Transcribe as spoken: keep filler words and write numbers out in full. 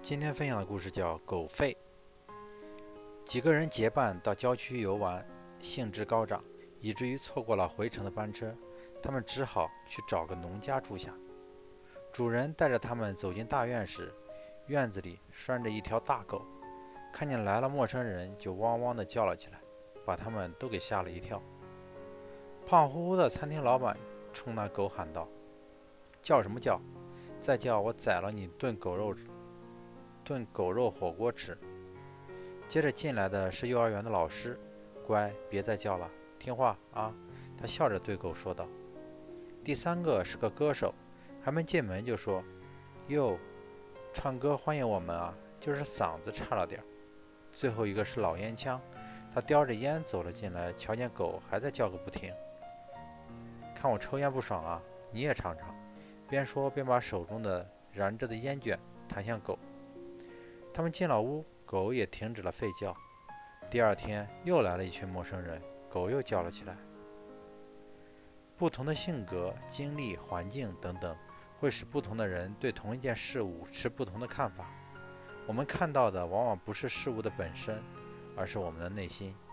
今天分享的故事叫《狗吠》。几个人结伴到郊区游玩，兴致高涨，以至于错过了回程的班车。他们只好去找个农家住下。主人带着他们走进大院时，院子里拴着一条大狗，看见来了陌生人就汪汪地叫了起来，把他们都给吓了一跳。胖乎乎的餐厅老板冲那狗喊道：叫什么叫？再叫我宰了你炖狗肉炖狗肉火锅吃。接着进来的是幼儿园的老师，乖，别再叫了，听话啊，他笑着对狗说道。第三个是个歌手，还没进门就说：哟，唱歌欢迎我们啊，就是嗓子差了点。最后一个是老烟枪，他叼着烟走了进来，瞧见狗还在叫个不停。看我抽烟不爽啊，你也尝尝。边说边把手中的燃着的烟卷弹向狗。他们进了屋，狗也停止了吠叫。第二天又来了一群陌生人，狗又叫了起来。不同的性格、经历、环境等等，会使不同的人对同一件事物持不同的看法。我们看到的往往不是事物的本身，而是我们的内心。